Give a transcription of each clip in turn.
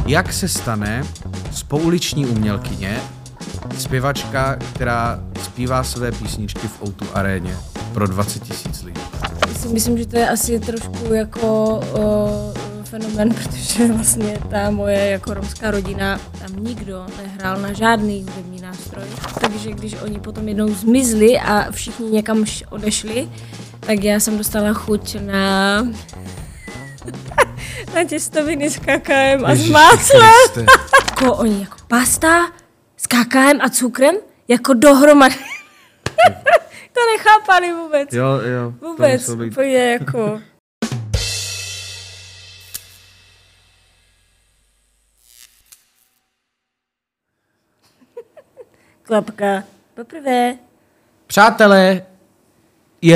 Jak se stane z pouliční umělkyně zpěvačka, která zpívá své písničky v O2 aréně pro 20 000 lidí? Myslím, že to je asi trošku jako fenomén, protože vlastně ta moje jako romská rodina, tam nikdo nehrál na žádný hudební nástroj. Takže když oni potom jednou zmizli a všichni někam odešli, tak já jsem dostala chuť na těstoviny s kakaem a s máslem. Jako oni jako pasta s kakaem a cukrem jako dohromady. To nechápali vůbec. Jo. Vůbec, úplně jako... Klapka. Poprvé. Přátelé, je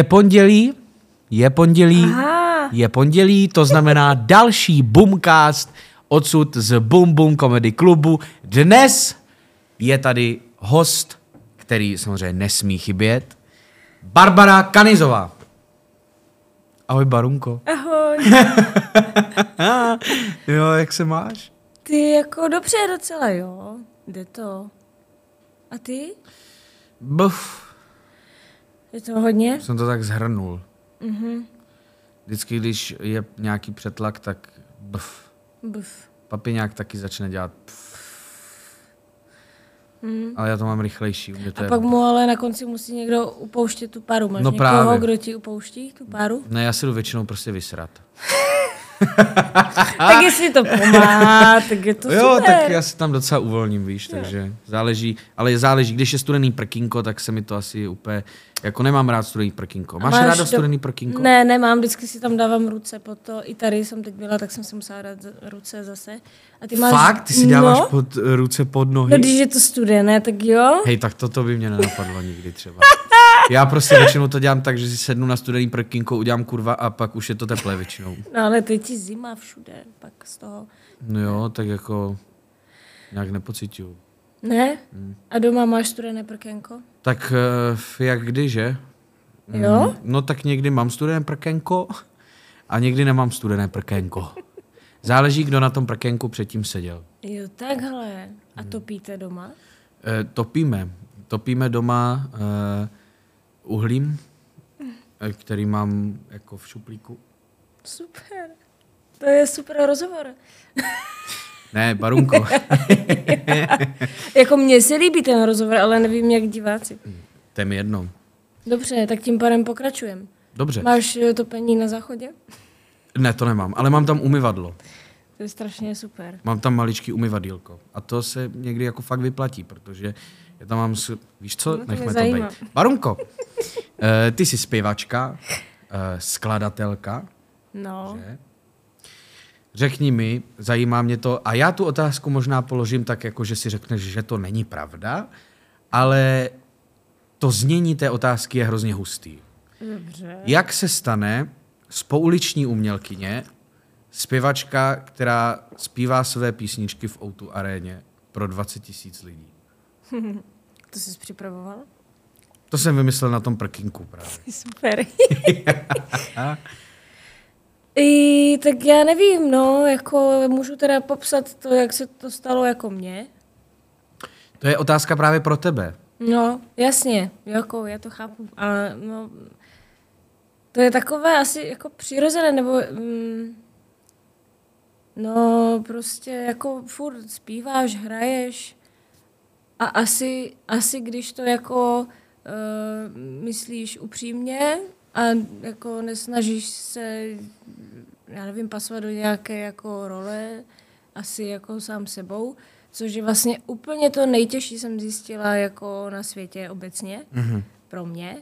pondělí, to znamená další Boomcast odsud z Boom Boom Comedy Klubu. Dnes je tady host, který samozřejmě nesmí chybět, Barbara Kanizová. Ahoj, Barunko. Ahoj. Jo, jak se máš? Ty jako dobře docela, jo. Jde to. A ty? Buf. Je to hodně? Jsem to tak zhrnul. Mhm. Vždycky, když je nějaký přetlak, tak buf. Papiňák taky začne dělat pf. Ale já to mám rychlejší. A pak mu ale na konci musí někdo upouštět tu páru. Máš někoho, právě. Kdo ti upouští tu páru? Ne, já si jdu většinou prostě vysrat. Tak jestli to pomáhá, tak je to jo, super. tak já se tam docela uvolním, víš, takže záleží, když je studený prkínko, tak se mi to asi úplně, jako nemám rád studený prkínko. Máš ráda studený prkínko? Ne, nemám, vždycky si tam dávám ruce pod to, i tady jsem teď byla, tak jsem si musela dát ruce zase. A ty máš... Fakt? Ty si dáváš ruce pod nohy? No, když je to studené, tak jo. Hej, tak toto by mě nenapadlo nikdy třeba. Já prostě většinou to dělám tak, že si sednu na studený prkínko, udělám kurva a pak už je to teplé většinou. No ale teď je zima všude, pak z toho. No jo, tak jako nějak nepocituju. Ne? A doma máš studené prkénko? Tak jak kdy, že? Jo? No tak někdy mám studené prkénko a někdy nemám studené prkénko. Záleží, kdo na tom prkénku předtím seděl. Jo, takhle. A topíte doma? Topíme doma uhlím, který mám jako v šuplíku. Super. To je super rozhovor. Ne, Barunko. Jako mně se líbí ten rozhovor, ale nevím, jak diváci. To je mi jedno. Dobře, tak tím pádem pokračujeme. Dobře. Máš topení na záchodě? Ne, to nemám, ale mám tam umyvadlo. To je strašně super. Mám tam maličký umyvadýlko. A to se někdy jako fakt vyplatí, protože já tam mám, víš co, nechme to být. Barunko, ty jsi zpěvačka, skladatelka. No. Že? Řekni mi, zajímá mě to, a já tu otázku možná položím tak, jako že si řekneš, že to není pravda, ale to znění té otázky je hrozně hustý. Dobře. Jak se stane z pouliční umělkyně zpěvačka, která zpívá své písničky v O2 aréně pro 20 000 lidí? To jsi připravoval? To jsem vymyslel na tom prkinku právě. Super. Tak já nevím, no, jako můžu teda popsat to, jak se to stalo jako mně. To je otázka právě pro tebe. No, jasně, jako já to chápu, ale no, to je takové asi jako přirozené, nebo no prostě jako furt zpíváš, hraješ a asi když to jako myslíš upřímně a jako nesnažíš se, já nevím, pasovat do nějaké jako role, asi jako sám sebou, což je vlastně úplně to nejtěžší, jsem zjistila jako na světě obecně, pro mě.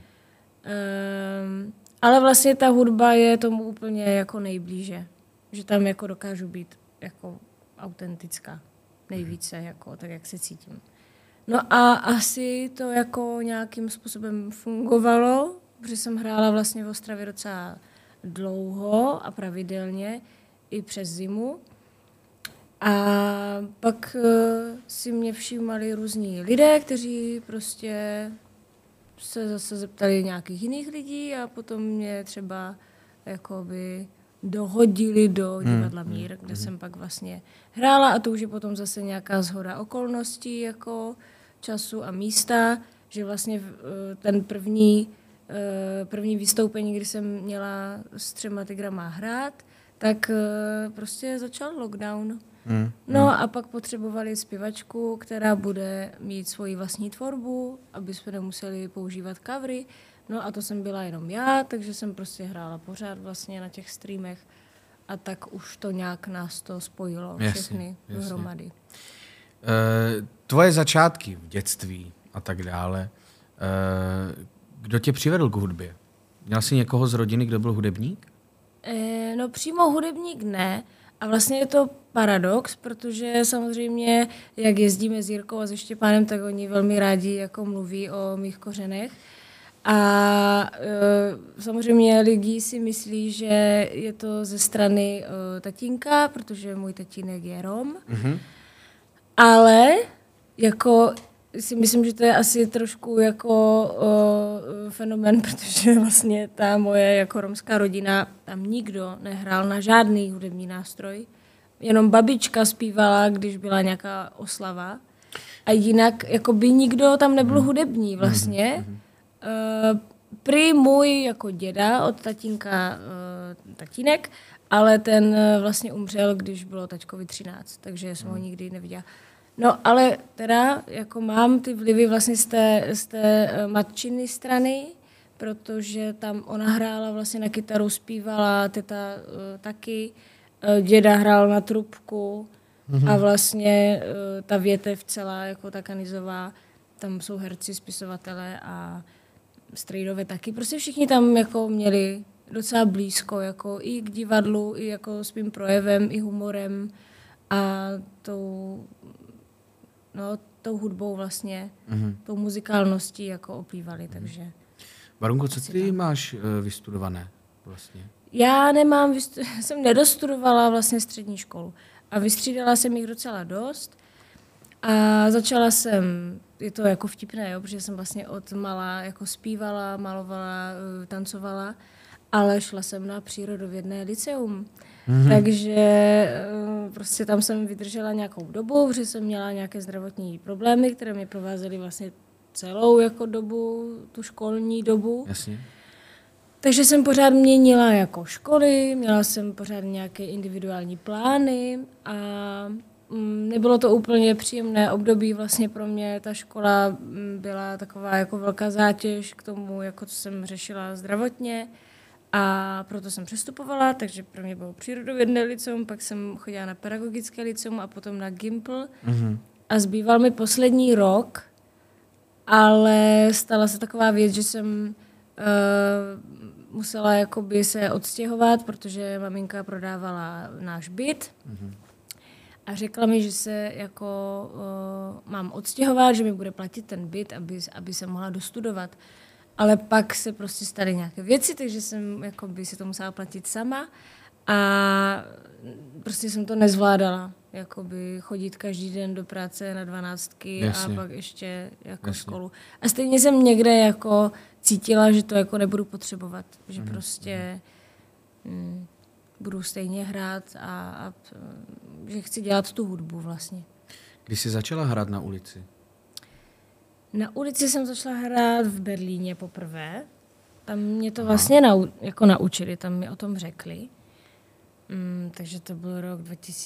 Ale vlastně ta hudba je tomu úplně jako nejblíže, že tam jako dokážu být jako autentická nejvíce, jako tak, jak se cítím. No a asi to jako nějakým způsobem fungovalo, protože jsem hrála vlastně v Ostravě docela dlouho a pravidelně i přes zimu. A pak si mě všímali různí lidé, kteří prostě se zase zeptali nějakých jiných lidí a potom mě třeba jakoby dohodili do divadla Mír, kde jsem pak vlastně hrála a to už je potom zase nějaká shoda okolností jako času a místa, že vlastně ten první vystoupení, kdy jsem měla s 3 tygrama hrát, tak prostě začal lockdown. No a pak potřebovali zpěvačku, která bude mít svoji vlastní tvorbu, aby jsme nemuseli používat covery. No a to jsem byla jenom já, takže jsem prostě hrála pořád vlastně na těch streamech a tak už to nějak nás to spojilo všechny dohromady. Tvoje začátky v dětství a tak dále, kdo tě přivedl k hudbě? Měl jsi někoho z rodiny, kdo byl hudebník? No přímo hudebník ne. A vlastně je to paradox, protože samozřejmě, jak jezdíme s Jirkou a se Štěpánem, tak oni velmi rádi jako mluví o mých kořenech. A samozřejmě lidi si myslí, že je to ze strany tatínka, protože můj tatínek je Rom. Ale jako si myslím, že to je asi trošku jako fenomén, protože vlastně ta moje jako romská rodina, tam nikdo nehrál na žádný hudební nástroj. Jenom babička zpívala, když byla nějaká oslava. A jinak jako by nikdo tam nebyl hudební vlastně. Prý můj jako děda od tatínka tatínek, ale ten vlastně umřel, když bylo taťkovi 13, takže jsem ho nikdy neviděla. No, ale teda jako mám ty vlivy vlastně z té matčiny strany, protože tam ona hrála vlastně na kytaru, zpívala, teta taky, děda hrál na trubku a vlastně ta větev celá, jako ta kanizová, tam jsou herci, spisovatelé a strejdové taky. Prostě všichni tam jako měli docela blízko, jako i k divadlu, i jako svým projevem, i humorem a tou hudbou vlastně, tou muzikálností jako oplývali, takže... Barunko, co ty máš vystudované vlastně? Já jsem nedostudovala vlastně střední školu a vystřídala jsem jich docela dost a začala jsem, je to jako vtipné, jo, protože jsem vlastně od malá jako zpívala, malovala, tancovala, ale šla jsem na přírodovědné lyceum. Takže prostě tam jsem vydržela nějakou dobu, protože jsem měla nějaké zdravotní problémy, které mě provázely vlastně celou jako dobu, tu školní dobu. Jasně. Takže jsem pořád měnila jako školy, měla jsem pořád nějaké individuální plány a nebylo to úplně příjemné období vlastně pro mě. Ta škola byla taková jako velká zátěž k tomu, jako co jsem řešila zdravotně. A proto jsem přestupovala, takže pro mě bylo přírodovědné lyceum, pak jsem chodila na pedagogické lyceum a potom na Gimpl. A zbýval mi poslední rok, ale stala se taková věc, že jsem musela jakoby se odstěhovat, protože maminka prodávala náš byt. A řekla mi, že se jako mám odstěhovat, že mi bude platit ten byt, aby se mohla dostudovat. Ale pak se prostě staly nějaké věci, takže jsem jakoby si to musela platit sama a prostě jsem to nezvládala. Jakoby chodit každý den do práce na 12 a pak ještě jako školu. A stejně jsem někde jako cítila, že to jako nebudu potřebovat. Že prostě budu stejně hrát a že chci dělat tu hudbu vlastně. Když jsi začala hrát na ulici? Na ulici jsem začala hrát v Berlíně poprvé. Tam mě to vlastně jako naučili, tam mi o tom řekli. Takže to byl rok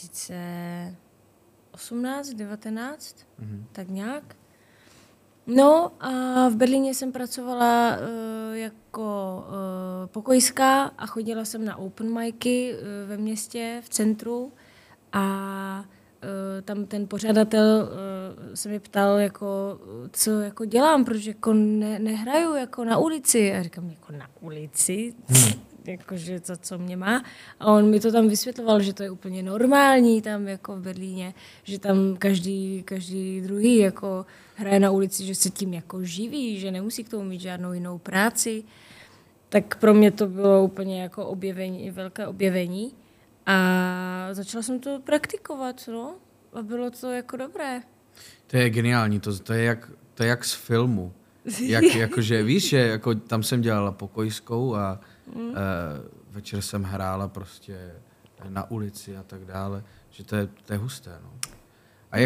2018, 19, tak nějak. No a v Berlíně jsem pracovala jako pokojská a chodila jsem na open micy ve městě, v centru a tam ten pořadatel se mi ptal, jako, co jako dělám, protože jako nehraju jako na ulici. A říkám, jako na ulici? Jakože co mě má? A on mi to tam vysvětloval, že to je úplně normální tam jako v Berlíně, že tam každý druhý jako hraje na ulici, že se tím jako živí, že nemusí k tomu mít žádnou jinou práci. Tak pro mě to bylo úplně jako objevení, velké objevení. A začala jsem to praktikovat, no. A bylo to jako dobré. To je geniální, to je jak z filmu. Jakože víš, že jako tam jsem dělala pokojskou a večer jsem hrála prostě na ulici a tak dále, že to je husté, no. A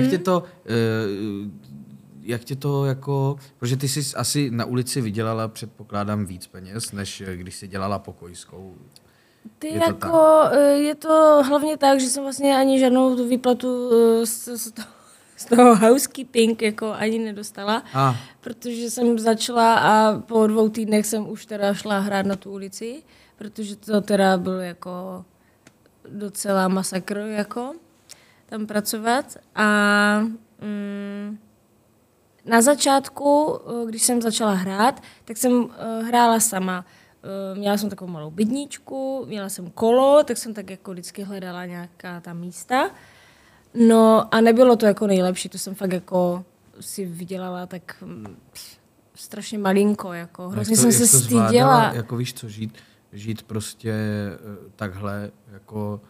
jak tě to jako, protože ty jsi asi na ulici vydělala, předpokládám, víc peněz, než když jsi dělala pokojskou. Je to hlavně tak, že jsem vlastně ani žádnou tu výplatu z toho housekeeping jako ani nedostala, protože jsem začala a po 2 týdnech jsem už teda šla hrát na tu ulici, protože to teda byl jako docela masakr jako tam pracovat a na začátku, když jsem začala hrát, tak jsem hrála sama. Měla jsem takovou malou bydničku, měla jsem kolo, tak jsem tak jako vždycky hledala nějaká ta místa. No a nebylo to jako nejlepší, to jsem fakt jako si vydělala tak strašně malinko, jako hrozně jsem se styděla. Jako víš co, žít prostě takhle, jako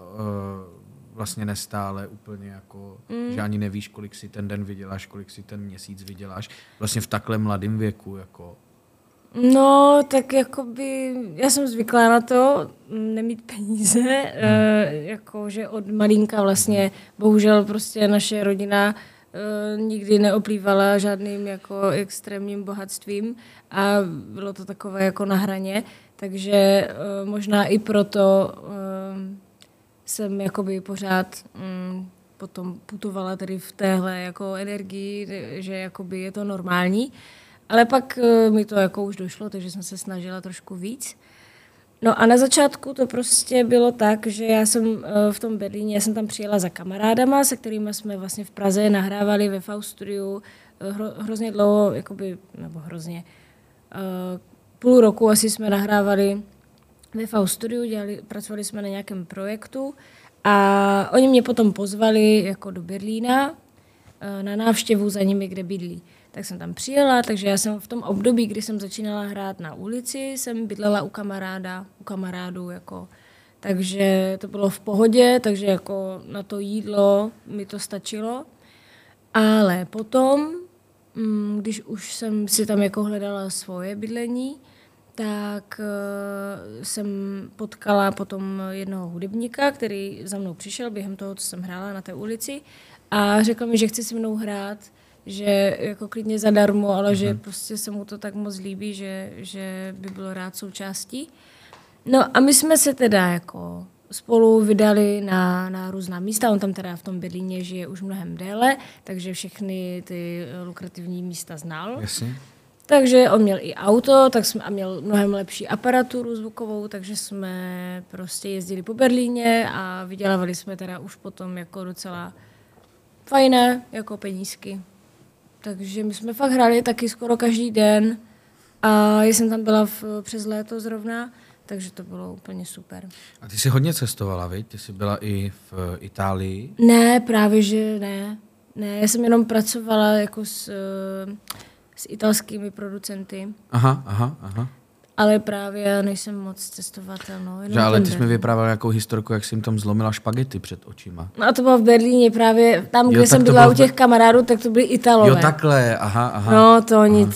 vlastně nestále úplně jako, že ani nevíš, kolik si ten den vyděláš, kolik si ten měsíc vyděláš, vlastně v takhle mladém věku, jako. No, tak jakoby, já jsem zvyklá na to, nemít peníze, jakože od malinka vlastně, bohužel prostě naše rodina nikdy neoplývala žádným jako extrémním bohatstvím a bylo to takové jako na hraně, takže možná i proto jsem jakoby pořád potom putovala tady v téhle jako energii, že jakoby je to normální. Ale pak mi to jako už došlo, takže jsem se snažila trošku víc. No a na začátku to prostě bylo tak, že já jsem v tom Berlíně, já jsem tam přijela za kamarádama, se kterými jsme vlastně v Praze nahrávali ve V studiu hrozně dlouho, jakoby, nebo hrozně, půl roku asi jsme nahrávali ve V studiu, pracovali jsme na nějakém projektu a oni mě potom pozvali jako do Berlína na návštěvu za nimi, kde bydlí. Tak jsem tam přijela, takže já jsem v tom období, kdy jsem začínala hrát na ulici, jsem bydlela u kamarádů, jako. Takže to bylo v pohodě, takže jako na to jídlo mi to stačilo. Ale potom, když už jsem si tam jako hledala svoje bydlení, tak jsem potkala potom jednoho hudebníka, který za mnou přišel během toho, co jsem hrála na té ulici a řekl mi, že chce se mnou hrát, že jako klidně zadarmo, ale že prostě se mu to tak moc líbí, že by byl rád součástí. No a my jsme se teda jako spolu vydali na různá místa, on tam teda v tom Berlíně žije už mnohem déle, takže všechny ty lukrativní místa znal. Jasně. Takže on měl i auto a měl mnohem lepší aparaturu zvukovou, takže jsme prostě jezdili po Berlíně a vydělávali jsme teda už potom jako docela fajné jako penízky. Takže my jsme fakt hráli taky skoro každý den a já jsem tam byla přes léto zrovna, takže to bylo úplně super. A ty jsi hodně cestovala, viď? Ty jsi byla i v Itálii? Ne, právě že ne. Ne, já jsem jenom pracovala jako s italskými producenty. Aha. Ale právě já nejsem moc cestovatel. No, ale ty jsi mi vyprávěla nějakou historku, jak jsi jim tam zlomila špagety před očima. No a to bylo v Berlíně právě, tam, kde jsem byla u těch kamarádů, tak to byli Italové. Jo, takhle, aha. No, to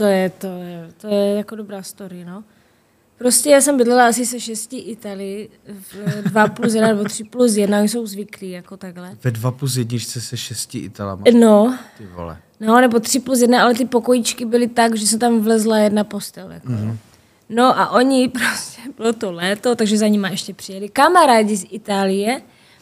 je jako dobrá story, no. Prostě já jsem bydlela asi se 6 Itali, v 2+1 nebo 3+1, oni jsou zvyklí, jako takhle. Ve 2+1 se 6 Italama? No. Ty vole. No, nebo 3+1, ale ty pokojíčky byly tak, že se tam vlezla jedna postel, jako. No a oni prostě, bylo to léto, takže za nima ještě přijeli kamarádi z Itálie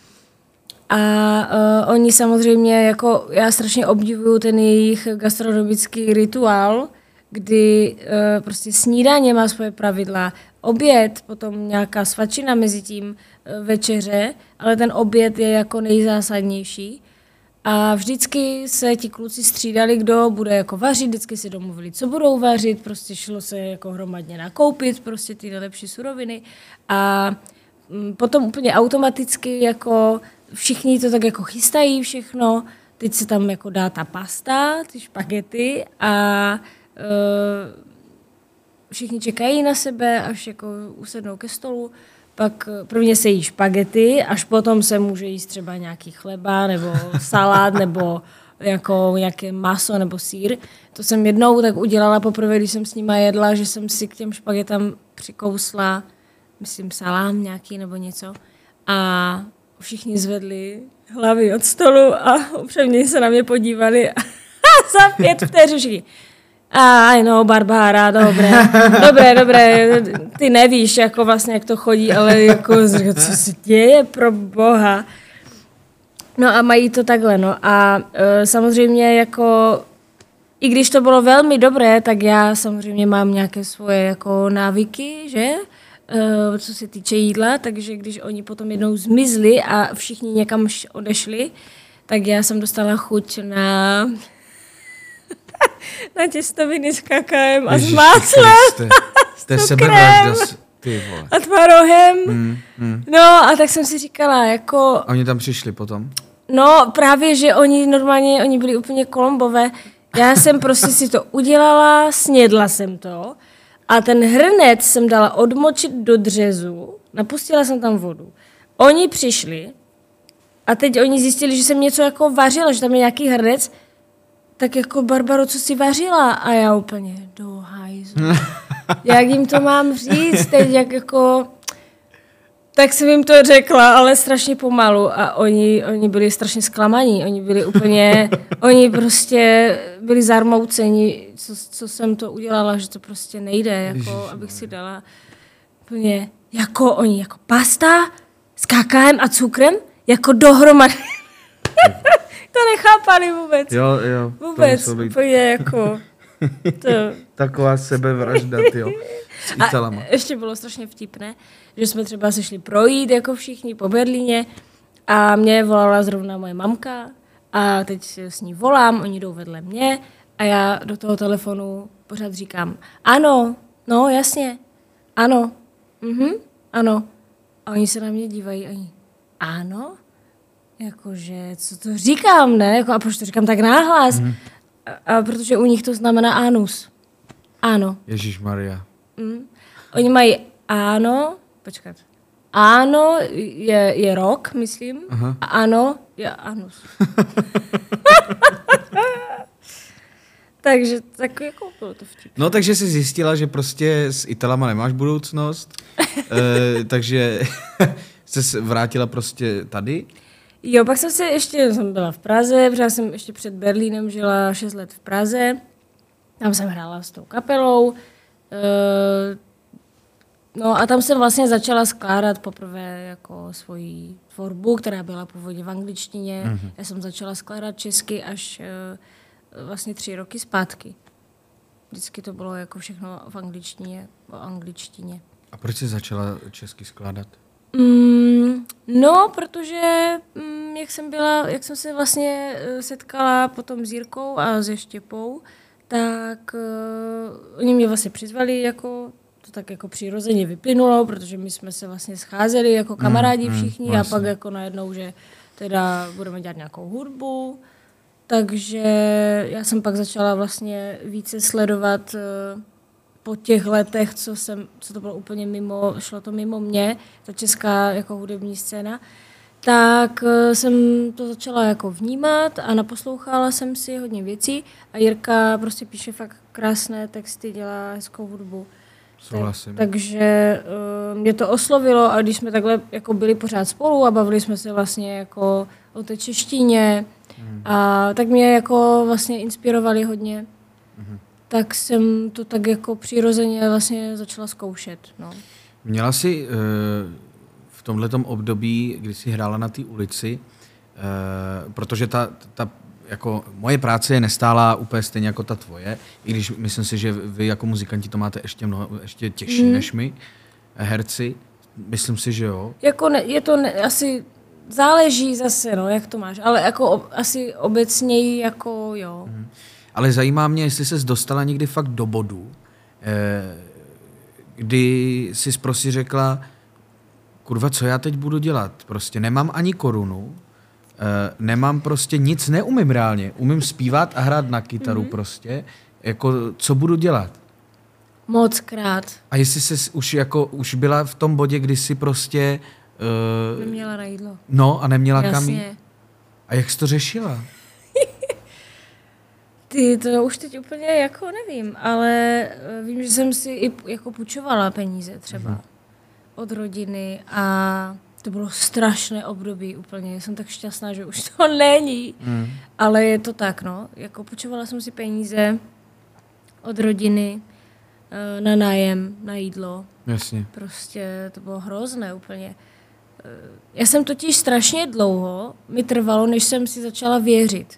a oni samozřejmě, jako já strašně obdivuju ten jejich gastronomický rituál, kdy prostě snídaně má svoje pravidla, oběd, potom nějaká svačina mezi tím, večeře, ale ten oběd je jako nejzásadnější. A vždycky se ti kluci střídali, kdo bude jako vařit, vždycky si domluvili, co budou vařit, prostě šlo se jako hromadně nakoupit, prostě ty nejlepší suroviny a potom úplně automaticky jako všichni to tak jako chystají všechno, teď se tam jako dá ta pasta, ty špagety a všichni čekají na sebe, až jako usednou ke stolu. Pak prvně se jí špagety, až potom se může jíst třeba nějaký chleba nebo salát nebo jako nějaké maso nebo sýr. To jsem jednou tak udělala poprvé, když jsem s nima jedla, že jsem si k těm špagetám přikousla myslím salám nějaký nebo něco. A všichni zvedli hlavy od stolu a upřemně se na mě podívali a za 5 vteřin všichni. I know, Barbára, dobré, ty nevíš, jako vlastně, jak to chodí, ale jako, co se děje, pro boha. No a mají to takhle, no a samozřejmě jako, i když to bylo velmi dobré, tak já samozřejmě mám nějaké svoje jako návyky, že? Co se týče jídla, takže když oni potom jednou zmizli a všichni někam odešli, tak já jsem dostala chuť na těstoviny s kakaem a s máslem. To je sebevražda, ty vole. A tvarohem. No a tak jsem si říkala, jako... A oni tam přišli potom? No právě, že oni byli úplně kolombové. Já jsem prostě si to udělala, snědla jsem to a ten hrnec jsem dala odmočit do dřezu, napustila jsem tam vodu. Oni přišli a teď oni zjistili, že jsem něco jako vařila, že tam je nějaký hrnec, tak jako Barbaro, co jsi vařila? A já úplně, do hajzlu. Jak jim to mám říct teď, jak jako... Tak jsem jim to řekla, ale strašně pomalu a oni byli strašně zklamaní, oni byli úplně, oni prostě byli zarmouceni, co jsem to udělala, že to prostě nejde, jako abych si dala úplně, jako oni, jako pasta s kakaem a cukrem, jako dohromady. To nechápali vůbec. Jo. Vůbec, úplně jako... To. Taková sebevražda, tyjo. S Italama. A ještě bylo strašně vtipné, že jsme třeba se šli projít jako všichni po Berlíně a mě volala zrovna moje mamka a teď s ní volám, oni jdou vedle mě a já do toho telefonu pořád říkám ano, no jasně, ano, ano. A oni se na mě dívají a oni, ano? Jakože, co to říkám, ne? Jako, a proč to říkám tak náhlas? A protože u nich to znamená anus. Ano. Ježišmarja. Oni mají ano, počkat. Ano je rok, myslím. Aha. A ano je anus. Takže tak jako bylo to vtipné. No takže jsi zjistila, že prostě s Italama nemáš budoucnost, takže jsi vrátila prostě tady? Jo, pak jsem byla v Praze, protože jsem ještě před Berlínem žila 6 let v Praze. Tam jsem hrála s tou kapelou. No a tam jsem vlastně začala skládat poprvé jako svoji tvorbu, která byla původně v angličtině. Já jsem začala skládat česky až vlastně 3 roky zpátky. Vždycky to bylo jako všechno v angličtině, o angličtině. A proč jsi začala česky skládat? No, protože jak jsem se vlastně setkala potom s Jirkou a se Štěpou, tak oni mě vlastně přizvali, jako to tak jako přirozeně vyplynulo, protože my jsme se vlastně scházeli jako kamarádi všichni vlastně. A pak jako najednou, že teda budeme dělat nějakou hudbu, takže já jsem pak začala vlastně více sledovat po těch letech, co to bylo úplně mimo, šlo to mimo mě, ta česká jako hudební scéna, tak jsem to začala jako vnímat a naposlouchala jsem si hodně věcí a Jirka prostě píše fakt krásné texty, dělá hezkou hudbu. Takže mě to oslovilo a když jsme takhle jako byli pořád spolu a bavili jsme se vlastně jako o té češtině a tak mě jako vlastně inspirovali hodně. Tak jsem to tak jako přirozeně vlastně začala zkoušet. No. Měla jsi v tomhletom období, kdy jsi hrála na té ulici, protože ta jako moje práce je nestála úplně stejně jako ta tvoje, i když myslím si, že vy jako muzikanti to máte ještě těžší než my, herci. Myslím si, že jo. Jako asi záleží zase, no, jak to máš, ale jako asi obecněji jako jo. Ale zajímá mě, jestli ses dostala někdy fakt do bodu, kdy jsi prostě řekla, kurva, co já teď budu dělat? Prostě nemám ani korunu, nemám prostě nic, neumím reálně. Umím zpívat a hrát na kytaru prostě. Jako, co budu dělat? Mockrát. A jestli jsi už byla v tom bodě, kdy jsi prostě... neměla na jídlo. No a neměla Jasně. kam jít. A jak jsi to řešila? To už teď úplně jako nevím, ale vím, že jsem si i jako půjčovala peníze třeba. od rodiny a to bylo strašné období úplně. Jsem tak šťastná, že už to není. Ale je to tak, no. Jako půjčovala jsem si peníze od rodiny na nájem, na jídlo. Jasně. Prostě to bylo hrozné úplně. Já jsem totiž strašně dlouho, mi trvalo, než jsem si začala věřit.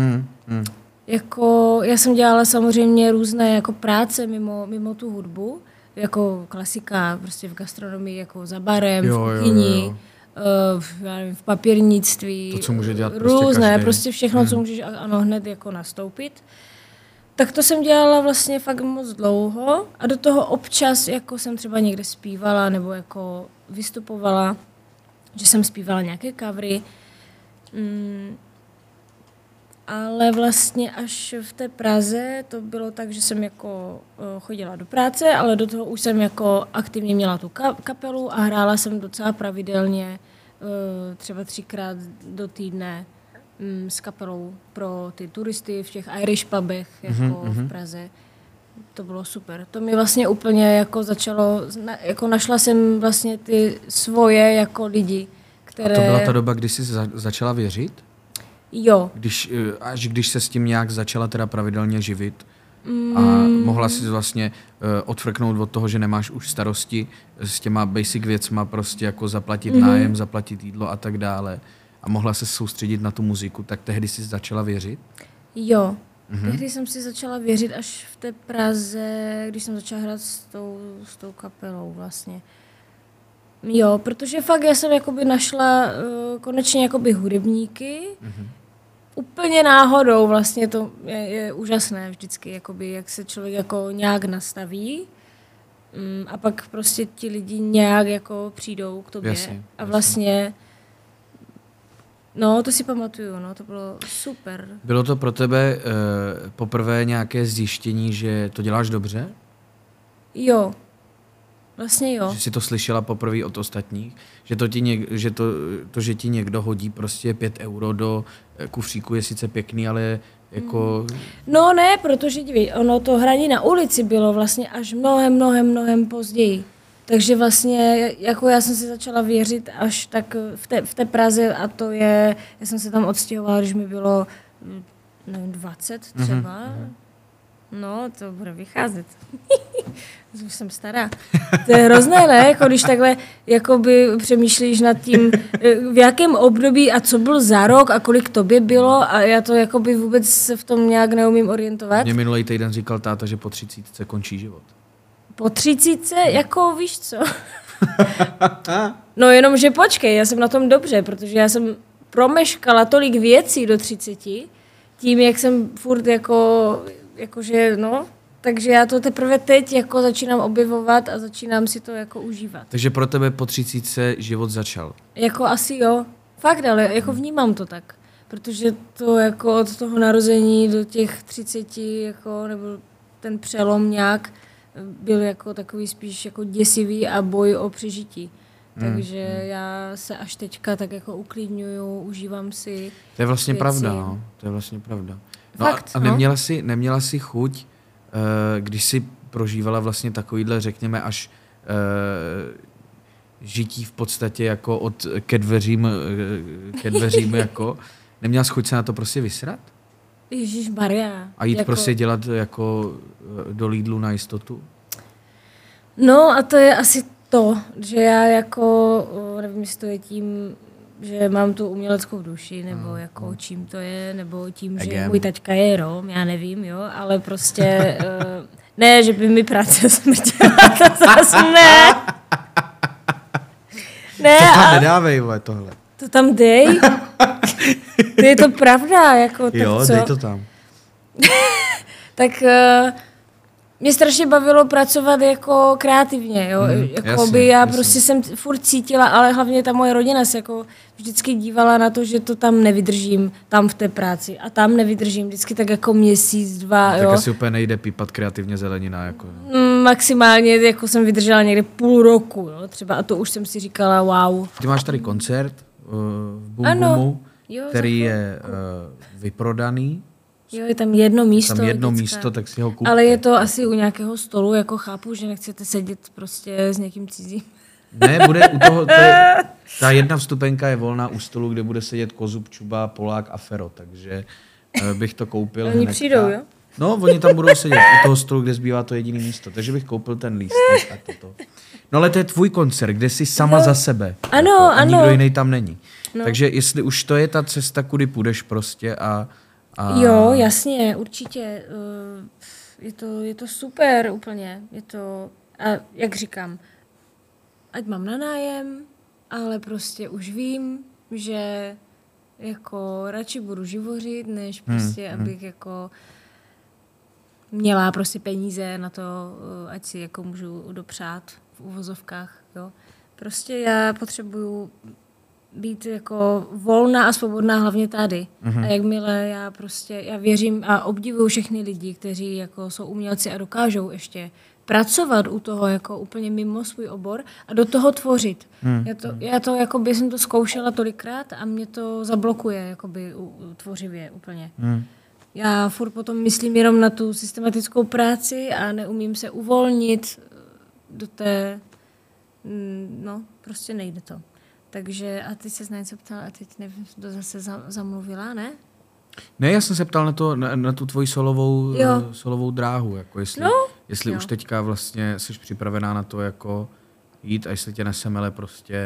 Jako, já jsem dělala samozřejmě různé jako práce mimo tu hudbu, jako klasika, prostě v gastronomii, jako za barem, v kuchyni, v papírnictví. To, co může dělat prostě různé, každý. prostě všechno, co můžeš hned jako nastoupit. Tak to jsem dělala vlastně fakt moc dlouho a do toho občas jako jsem třeba někde zpívala nebo jako vystupovala, že jsem zpívala nějaké covery. Ale vlastně až v té Praze to bylo tak, že jsem jako chodila do práce, ale do toho už jsem jako aktivně měla tu kapelu a hrála jsem docela pravidelně, třeba 3krát do týdne s kapelou pro ty turisty v těch Irish pubech jako v Praze. To bylo super. To mi vlastně úplně jako začalo, jako našla jsem vlastně ty svoje jako lidi, které... A to byla ta doba, kdy jsi začala věřit? Jo. Když se s tím nějak začala teda pravidelně živit a mohla si vlastně odfrknout od toho, že nemáš už starosti s těma basic věcma, prostě jako zaplatit nájem, zaplatit jídlo a tak dále a mohla se soustředit na tu muziku, tak tehdy jsi začala věřit? Jo. Tehdy jsem si začala věřit až v té Praze, když jsem začala hrát s tou kapelou vlastně. Jo, protože fakt já jsem jakoby našla konečně jakoby hudebníky. Úplně náhodou vlastně to je úžasné vždycky, jakoby, jak se člověk jako nějak nastaví a pak prostě ti lidi nějak jako přijdou k tobě. Jasně. A vlastně no, to si pamatuju, no, to bylo super. Bylo to pro tebe poprvé nějaké zjištění, že to děláš dobře? Jo. Vlastně jo. Že jsi to slyšela poprvé od ostatních? Že že ti někdo hodí prostě 5 euro do kufříku je sice pěkný, ale jako... No ne, protože dívej, ono to hraní na ulici bylo vlastně až mnohem později. Takže vlastně, jako já jsem si začala věřit až tak v té Praze a to je, já jsem se tam odstěhovala, když mi bylo, nevím, 20 třeba. No, to bude vycházet. Už jsem stará. To je hrozné, ne? Jako když takhle jakoby přemýšlíš nad tím, v jakém období a co byl za rok a kolik tobě bylo a já to jakoby vůbec se v tom nějak neumím orientovat. Mě minulý týden říkal táta, že po 30 končí život. Po 30? Jako víš co? No jenom, že počkej, já jsem na tom dobře, protože já jsem promeškala tolik věcí do 30, tím, jak jsem furt jakože, no, takže já to teprve teď jako začínám objevovat a začínám si to jako užívat. Takže pro tebe po 30 život začal? Jako asi jo. Fakt, ale jako vnímám to tak. Protože to jako od toho narození do těch 30, jako, nebo ten přelom nějak byl jako takový spíš jako děsivý a boj o přežití. Takže já se až teďka tak jako uklidňuju, užívám si. To je vlastně věci. pravda, no. To je vlastně pravda. No Fakt, a neměla jsi chuť, když jsi prožívala vlastně takovýhle, řekněme, až žití v podstatě jako ke dveřím jako, neměla jsi chuť se na to prostě vysrat? Ježišmarja. A jít prostě dělat jako do Lidlu na jistotu? No a to je asi to, že já jako, nevím, jestli to je tím, že mám tu uměleckou duši, nebo jako čím to je, nebo tím, že můj taťka je Rom, já nevím, jo, ale prostě ne, že by mi práce smrtěla, to zase ne. Ne, to tam nedávej, vole, tohle. To tam dej. To je to pravda, jako tak jo, co? dej to tam. Tak mě strašně bavilo pracovat jako kreativně, jo. Jakoby já prostě jsem furt cítila, ale hlavně ta moje rodina se jako vždycky dívala na to, že to tam nevydržím, tam v té práci a tam nevydržím, vždycky tak jako měsíc, 2, tak jo. asi úplně nejde pípat kreativně zelenina, jako. Maximálně jako jsem vydržela někde půl roku, jo, třeba a to už jsem si říkala wow. Ty máš tady koncert v Bum Bumu, který je vyprodaný. Jo, je tam jedno místo. Tam jedno místo, tak si ho kupte. Ale je to asi u nějakého stolu, jako chápu, že nechcete sedět prostě s někým cizím. Ne, bude u toho, ta jedna vstupenka je volná u stolu, kde bude sedět Kozub, Čuba, Polák a Fero, takže bych to koupil Oni přijdou, jo? No, oni tam budou sedět u toho stolu, kde zbývá to jediné místo, takže bych koupil ten lístek a toto. No ale to je tvůj koncert, kde jsi sama za sebe. Ano, jako, a ano. nikdo jiný tam není. No. Takže jestli už to je ta cesta, kudy půjdeš prostě a... Jo, jasně, určitě. Je to super úplně. Je to, a jak říkám, ať mám na nájem, ale prostě už vím, že jako radši budu živořit, než prostě abych jako měla prostě peníze na to, ať si jako můžu dopřát v uvozovkách, jo. Prostě já potřebuju být jako volná a svobodná hlavně tady. A jakmile já věřím a obdivuju všechny lidi, kteří jako jsou umělci a dokážou ještě pracovat u toho jako úplně mimo svůj obor a do toho tvořit. Já to jakoby jsem to zkoušela tolikrát a mě to zablokuje jakoby tvořivě úplně. Já furt potom myslím jenom na tu systematickou práci a neumím se uvolnit do té, no prostě nejde to. Takže a ty se na něco ptala a teď nevím, kdo zase zamluvila, ne? Ne, já jsem se ptal na tu tvoji solovou dráhu, jako jestli už teďka vlastně jsi připravená na to jako jít a jestli tě nesemele prostě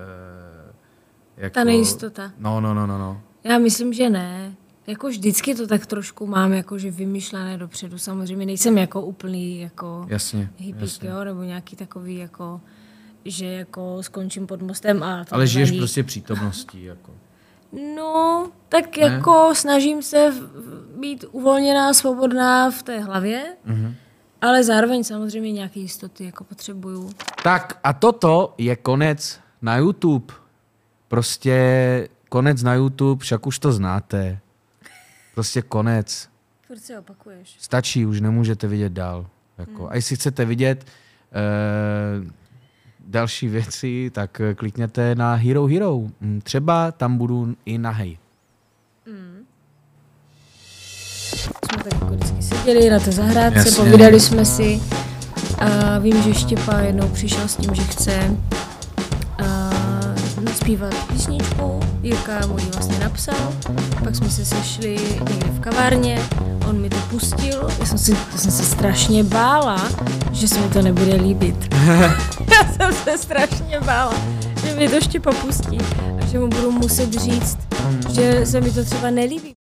jako... Ta nejistota. No. Já myslím, že ne. Jako vždycky to tak trošku mám jakože vymyšlené dopředu. Samozřejmě nejsem jako úplný jako hippík, jo, nebo nějaký takový jako, že jako skončím pod mostem a... Ale žiješ prostě přítomností, jako. No, tak ne? Jako snažím se být uvolněná, svobodná v té hlavě, ale zároveň samozřejmě nějaké jistoty jako potřebuju. Tak a toto je konec na YouTube. Prostě konec na YouTube, však už to znáte. Prostě konec. Furt se opakuješ. Stačí, už nemůžete vidět dál. Jako. A jestli chcete vidět další věci, tak klikněte na Hero Hero. Třeba tam budu i nahej. Jsme tak jako vždycky seděli na té zahrádce, povídali jsme si a vím, že Štěpa jednou přišel s tím, že chce naspívat písničku. Jirka mu ji vlastně napsal, pak jsme se sešli někde v kavárně, on mi to pustil, já jsem se strašně bála, že se mi to nebude líbit. Já jsem se strašně bála, že mi to Štěpa pustí a že mu budu muset říct, že se mi to třeba nelíbí.